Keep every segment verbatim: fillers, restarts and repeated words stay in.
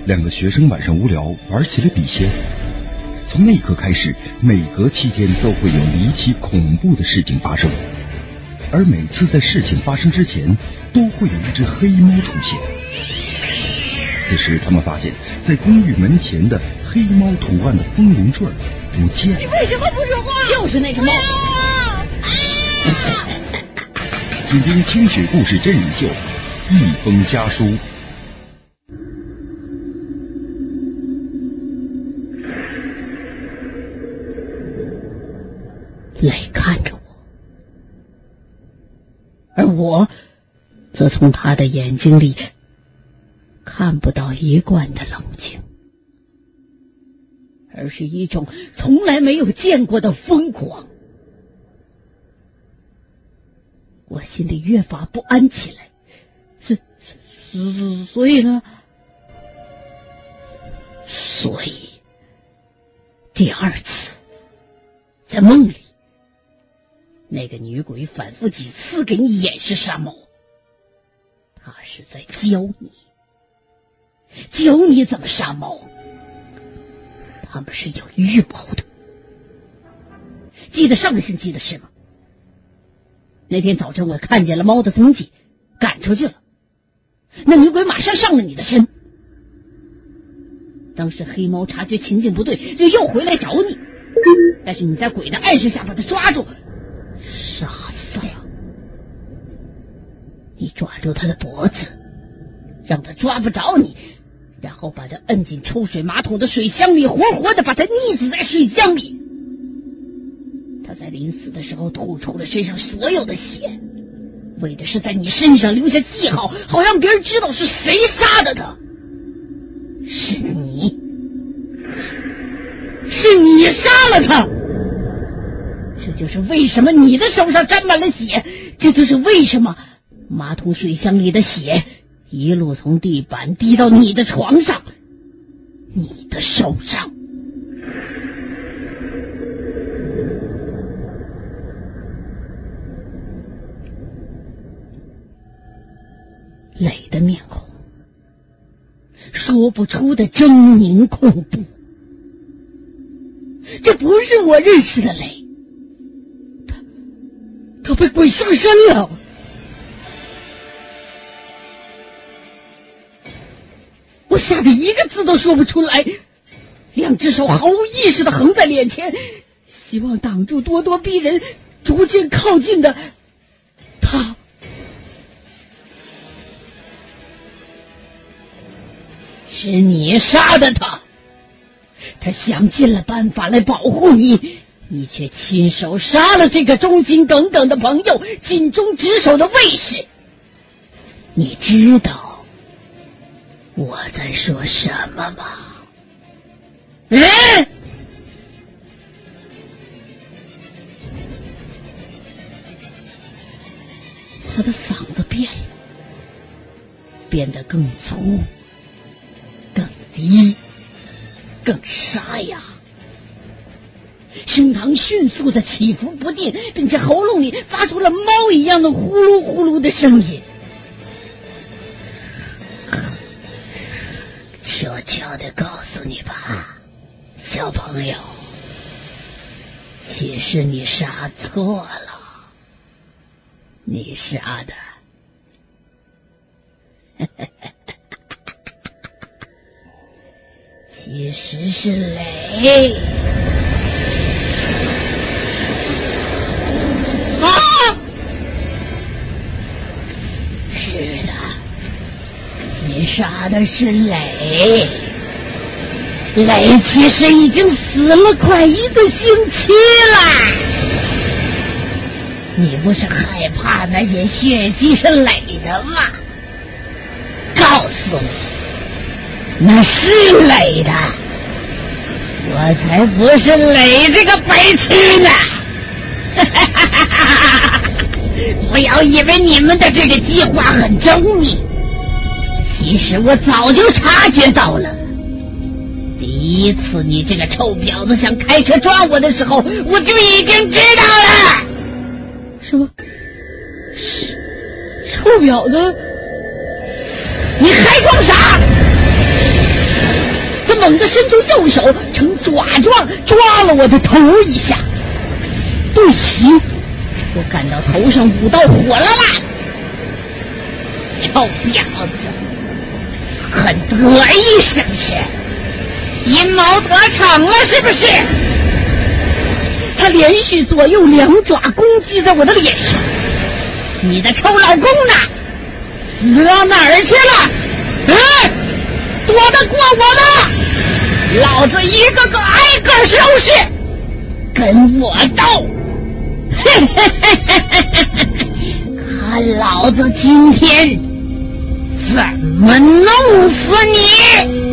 两个学生晚上无聊玩起了笔仙。从那一刻开始，每隔七天都会有离奇恐怖的事情发生，而每次在事情发生之前，都会有一只黑猫出现。此时他们发现，在公寓门前的黑猫图案的风铃坠不见了。 你为什么不说话？ 就是那只猫。 请听听雪故事真人秀《一封家书》。 磊看着我，而我则从他的眼睛里看不到一贯的冷静，而是一种从来没有见过的疯狂。我心里越发不安起来，所所所以呢，所以第二次在梦里，那个女鬼反复几次给你演示杀猫，她是在教你，教你怎么杀猫。他们是有预谋的。记得上个星期的事吗？那天早晨我看见了猫的踪迹，赶出去了，那女鬼马上上了你的身。当时黑猫察觉情景不对，就又回来找你，但是你在鬼的暗示下把它抓住，杀死了。你抓住他的脖子，让他抓不着你，然后把他摁进抽水马桶的水箱里，活活的把他溺死在水箱里。他在临死的时候吐出了身上所有的血，为的是在你身上留下记号，好让别人知道是谁杀的他。是你，是你杀了他。这就是为什么你的手上沾满了血，这就是为什么马桶水箱里的血一路从地板滴到你的床上，你的手上。磊的面孔说不出的狰狞恐怖。这不是我认识的磊，他他被鬼上身了。我吓得一个字都说不出来，两只手毫无意识地横在脸前，希望挡住咄咄逼人逐渐靠近的他。是你杀的他，他想尽了办法来保护你，你却亲手杀了这个忠心耿耿的朋友，尽忠职守的卫士。你知道我在说什么吗？嗯，他的嗓子变了，变得更粗、更低、更沙哑，胸膛迅速的起伏不定，并且喉咙里发出了猫一样的呼噜呼噜的声音。悄悄地告诉你吧，小朋友，其实你杀错了，你杀的其实是雷。啊！是的，你杀的是雷。雷其实已经死了快一个星期了。你不是害怕那些血迹是雷的吗？告诉你，那是雷的，我才不是雷这个白痴呢！不要以为你们的这个计划很缜密，其实我早就察觉到了。第一次你这个臭婊子想开车抓我的时候，我就已经知道了。什么？臭婊子？你还装傻？ 猛地伸出右手，呈爪状抓了我的头一下。顿时，我感到头上五道火辣辣的。臭婊子，很得意是不是？阴谋得逞了是不是？他连续左右两爪攻击在我的脸上。你的臭老公呢？死到哪儿去了？嗯，躲得过我吗？老子一个个挨个收拾，跟我斗！看老子今天怎么弄死你！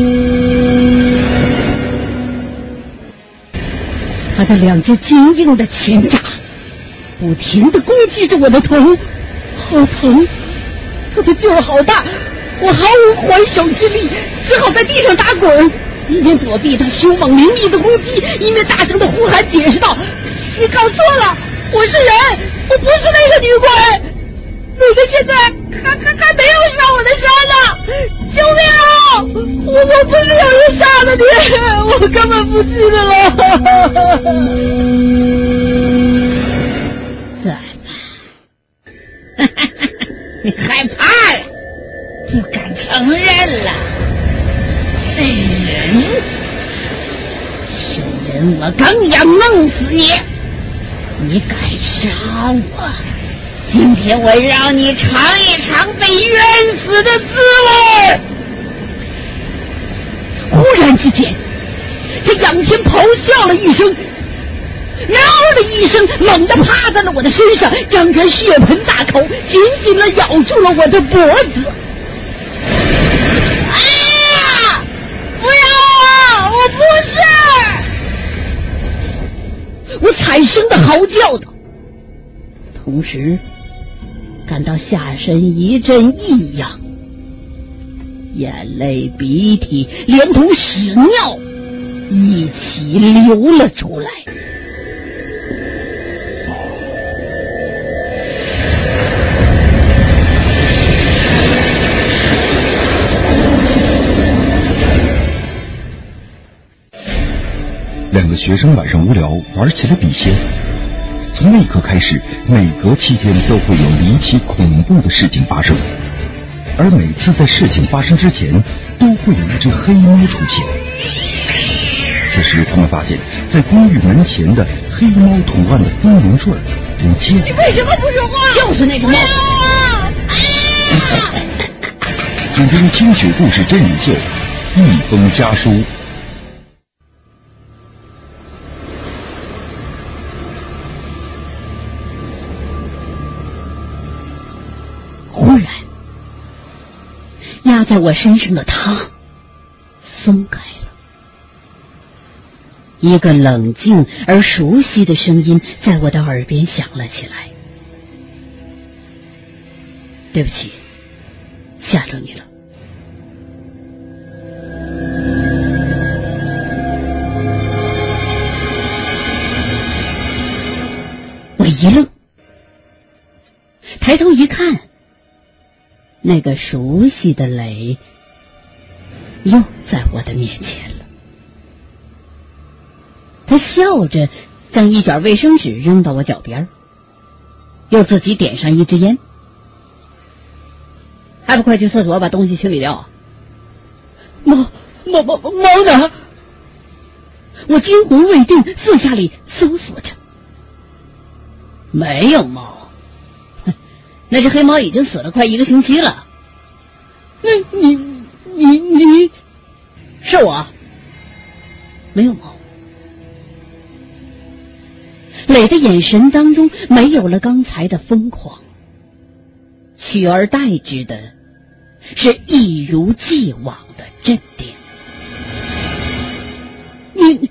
他的两只坚硬的前爪不停地攻击着我的头，好疼！他的劲儿好大，我毫无还手之力，只好在地上打滚，一面躲避他凶猛凌厉的攻击，一面大声的呼喊解释道：“你搞错了，我是人，我不是那个女鬼，那个现在还还还没有上我的身呢！救命啊！我我不是有人杀的你，我根本不记得了。”怎么？你害怕了，不敢承认了？是人，是人，我刚要弄死你，你敢杀我？今天我让你尝一尝被冤死的滋味！忽然之间，他仰天咆哮了一声，嗷的一声，猛地趴在了我的身上，张开血盆大口，紧紧地咬住了我的脖子。啊！不要啊！我不是！我惨声的嚎叫道，同时感到下身一阵异样，眼泪、鼻涕连同屎尿一起流了出来。 两个学生晚上无聊玩起了笔仙，从那一刻开始，每隔七天都会有离奇恐怖的事情发生，而每次在事情发生之前，都会有一只黑猫出现。此时他们发现，在公寓门前的黑猫图案的风铃坠不见了。 你为什么不说话？就是那只猫。 请听听雪故事真人秀《一封家书》。 忽然，压在我身上的他松开了，一个冷静而熟悉的声音在我的耳边响了起来：“对不起，吓着你了。”我一愣，抬头一看，那个熟悉的磊又在我的面前了。他笑着将一卷卫生纸扔到我脚边，又自己点上一支烟。还不快去厕所把东西清理掉啊！猫猫猫猫呢？我惊魂未定，四下里搜索着，没有猫。那只黑猫已经死了快一个星期了。那你你你是我？没有猫。磊的眼神当中没有了刚才的疯狂，取而代之的是一如既往的镇定。你，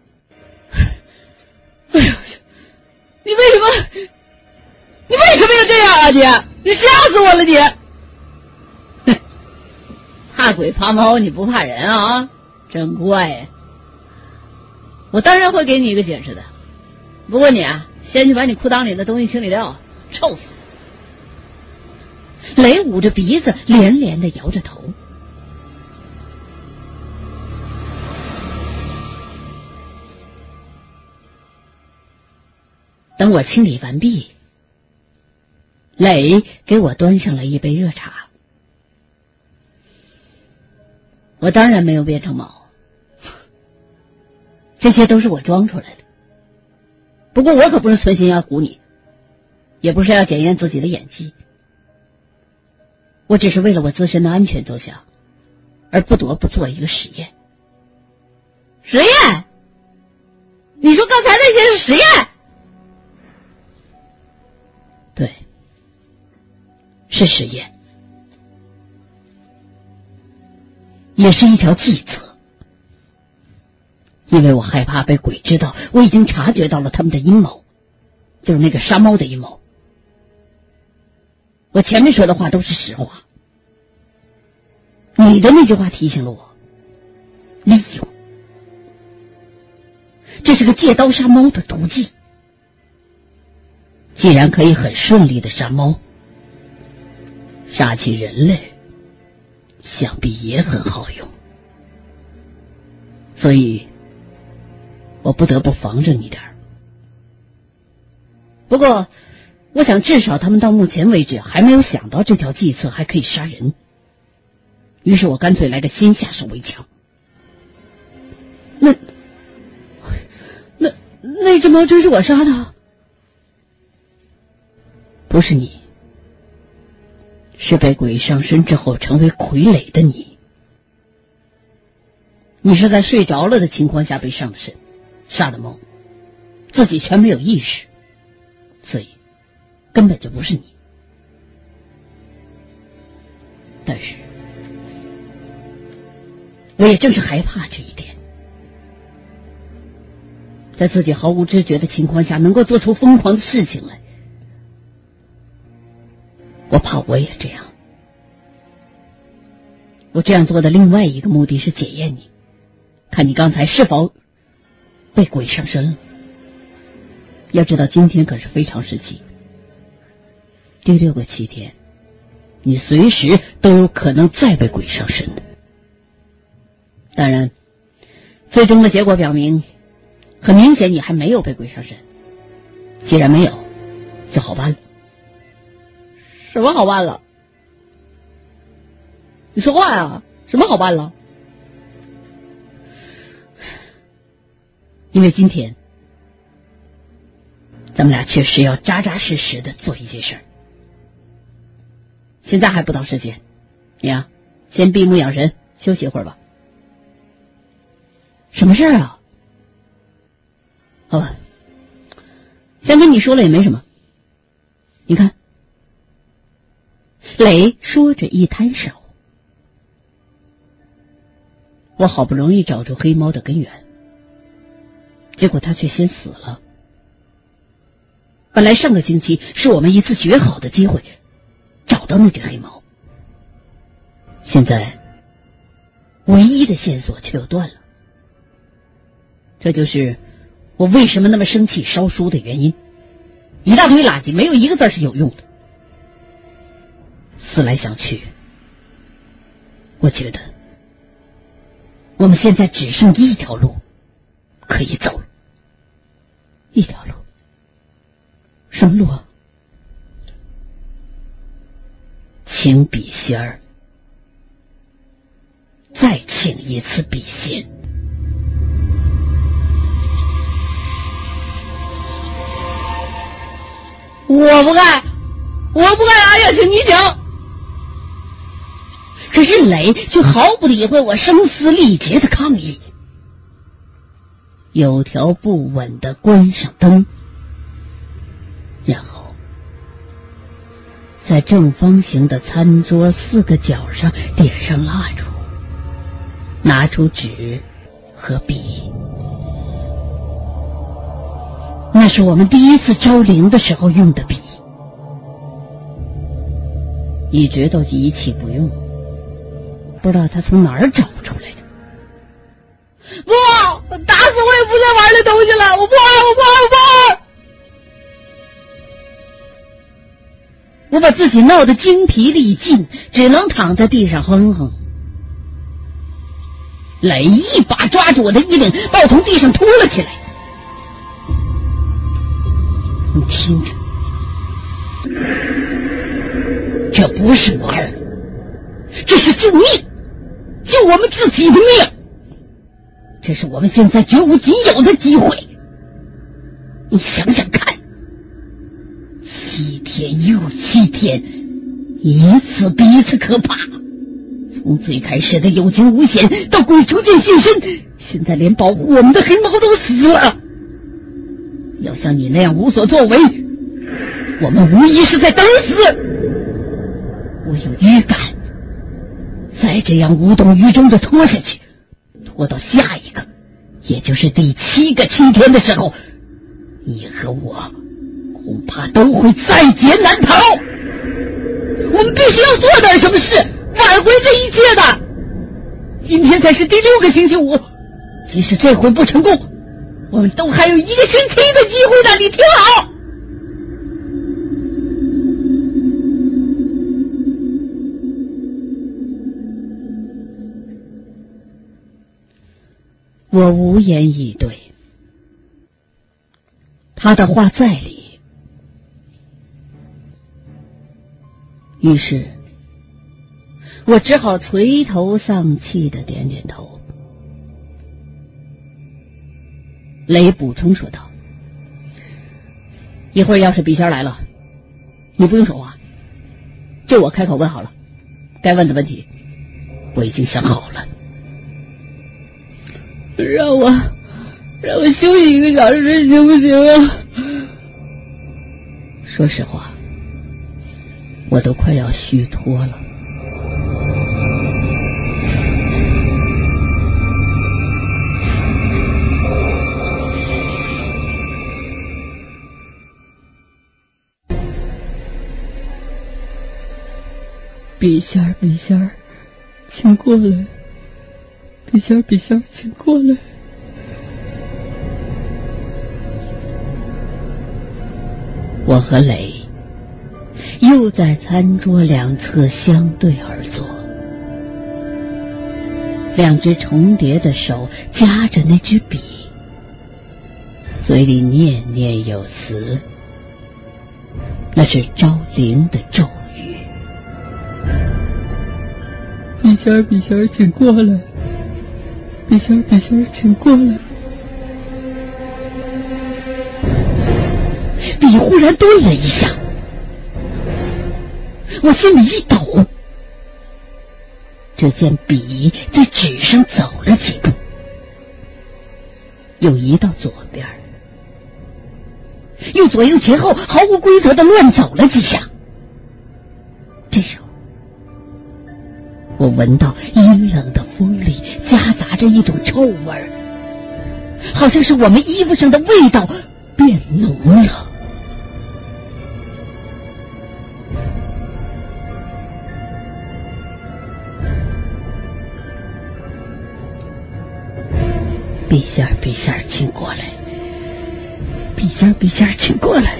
哎呀，你为什么？你为什么要这样啊你？你吓死我了你！哼，怕鬼怕猫你不怕人啊？真怪呀！我当然会给你一个解释的，不过你啊，先去把你裤裆里的东西清理掉，臭死！雷捂着鼻子，连连的摇着头。 等我清理完毕，磊给我端上了一杯热茶。我当然没有变成猫，这些都是我装出来的。不过我可不是存心要唬你，也不是要检验自己的演技，我只是为了我自身的安全着想，而不得不做一个实验。实验？你说刚才那些是实验？对，是实验，也是一条计策。因为我害怕被鬼知道，我已经察觉到了他们的阴谋，就是那个杀猫的阴谋。我前面说的话都是实话，你的那句话提醒了我，利用，这是个借刀杀猫的途径。既然可以很顺利的杀猫，杀起人类想必也很好用，所以我不得不防着你点儿。不过我想至少他们到目前为止还没有想到这条计策还可以杀人，于是我干脆来个先下手为强。那那那只猫真是我杀的？不是你，是被鬼上身之后成为傀儡的你。你是在睡着了的情况下被上的身，杀的猫，自己全没有意识，所以根本就不是你。但是我也正是害怕这一点，在自己毫无知觉的情况下能够做出疯狂的事情来，我怕我也这样。我这样做的另外一个目的是检验你，看你刚才是否被鬼上身了。要知道今天可是非常时期，第六个七天，你随时都有可能再被鬼上身的。当然最终的结果表明，很明显你还没有被鬼上身，既然没有就好办了。什么好办了？你说话呀，什么好办了？因为今天咱们俩确实要扎扎实实的做一件事儿。现在还不到时间，你呀，先闭目养神，休息一会儿吧。什么事儿啊？好吧，先跟你说了也没什么。你看，磊说着一摊手，我好不容易找出黑猫的根源，结果它却先死了。本来上个星期是我们一次绝好的机会，找到那只黑猫，现在唯一的线索却又断了。这就是我为什么那么生气烧书的原因。一大堆垃圾，没有一个字是有用的。思来想去，我觉得我们现在只剩一条路可以走了。一条路？什么路啊？请笔仙儿再请一次笔仙。我不干，我不干啊！要请你请。可是磊却毫不理会我声嘶力竭的抗议，有条不紊地关上灯，然后在正方形的餐桌四个角上点上蜡烛，拿出纸和笔。那是我们第一次招灵的时候用的笔，一直都遗弃不用，不知道他从哪儿找出来的。不，打死我也不再玩这东西了！我不玩，我不玩，我不玩！我把自己闹得精疲力尽，只能躺在地上哼哼。磊一把抓住我的衣领，把我从地上拖了起来。 你听着，这不是玩儿，这是救命，救我们自己的命。这是我们现在绝无仅有的机会。你想想看，七天又七天，一次比一次可怕。从最开始的有惊无险到鬼出现现身，现在连保护我们的黑猫都死了。要像你那样无所作为，我们无疑是在等死。我有预感，再这样无动于衷的拖下去，拖到下一个，也就是第七个七天的时候，你和我恐怕都会在劫难逃。我们必须要做点什么事挽回这一切的。今天才是第六个星期五，即使这回不成功，我们都还有一个星期的机会呢。你听好，我无言以对。他的话在理，于是我只好垂头丧气的点点头。雷补充说道：“一会儿要是笔仙来了，你不用说话，就我开口问好了。该问的问题我已经想好了。让我让我休息一个小时行不行啊？”说实话，我都快要虚脱了。笔仙儿，笔仙儿，请过来！笔仙儿，笔仙儿，请过来！我和磊又在餐桌两侧相对而坐，两只重叠的手夹着那支笔，嘴里念念有词，那是招灵的咒语。笔仙儿，笔仙儿，请过来！笔仙儿，笔仙儿，请过来！笔忽然顿了一下，我心里一抖，只见笔在纸上走了几步，又移到左边，又左右前后毫无规则的乱走了几下。这时候我闻到阴冷的风里夹杂着一种臭味儿，好像是我们衣服上的味道变浓了。笔仙儿，笔仙儿，请过来！笔仙儿，笔仙儿，请过来！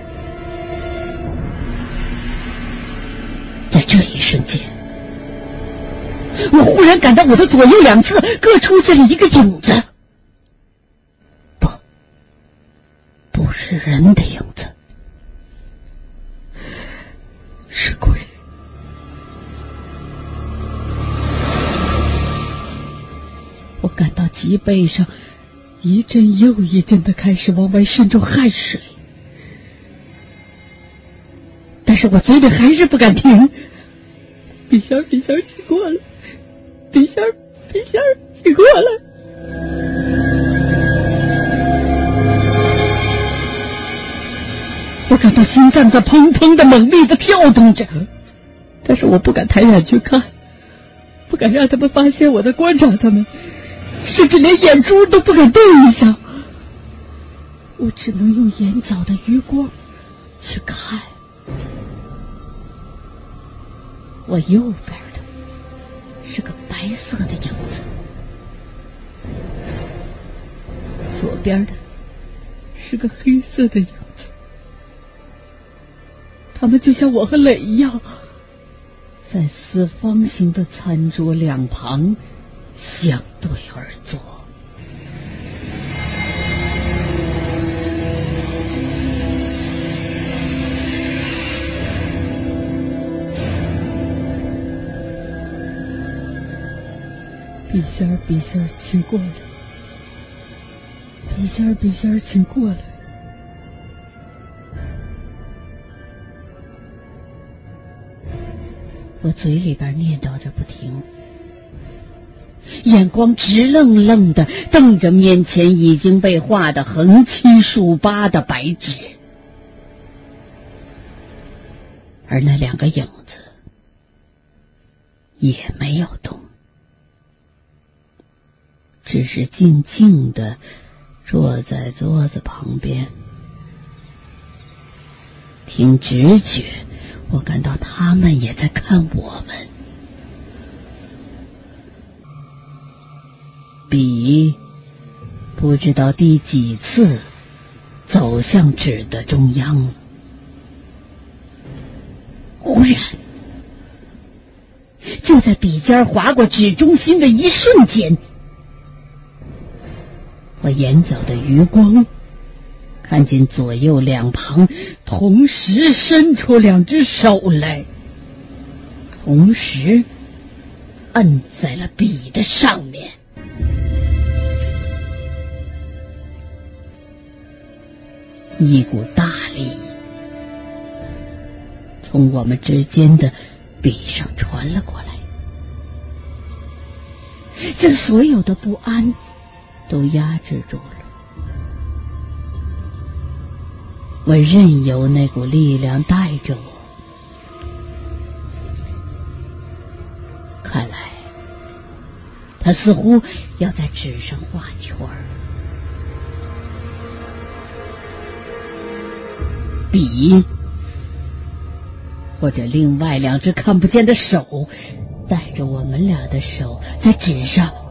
在这一瞬间，我忽然感到我的左右两侧各出现了一个影子，不，不是人的影子，是鬼。我感到脊背上一阵又一阵的开始往外渗出汗水，但是我嘴里还是不敢停。笔仙儿，笔仙儿，请过来！笔仙儿，笔仙儿，请过来！我感到心脏在砰砰的猛烈的跳动着，但是我不敢抬眼去看，不敢让他们发现我在观察他们，甚至连眼珠都不敢动一下。我只能用眼角的余光去看。我右边的是个白色的影子，左边的是个黑色的影子，他们就像我和磊一样，在四方形的餐桌两旁相对而坐。 笔仙儿，笔仙儿，请过来！笔仙儿，笔仙儿，请过来！我嘴里边念叨着不停，眼光直愣愣的瞪着面前已经被画得横七竖八的白纸，而那两个影子也没有动，只是静静的坐在桌子旁边。凭直觉，我感到他们也在看我们。笔不知道第几次走向纸的中央了。忽然，就在笔尖划过纸中心的一瞬间，我眼角的余光看见左右两旁同时伸出两只手来，同时摁在了笔的上面。一股大力从我们之间的笔上传了过来，将所有的不安都压制住了。我任由那股力量带着我，看来他似乎要在纸上画圈儿。笔或者另外两只看不见的手带着我们俩的手在纸上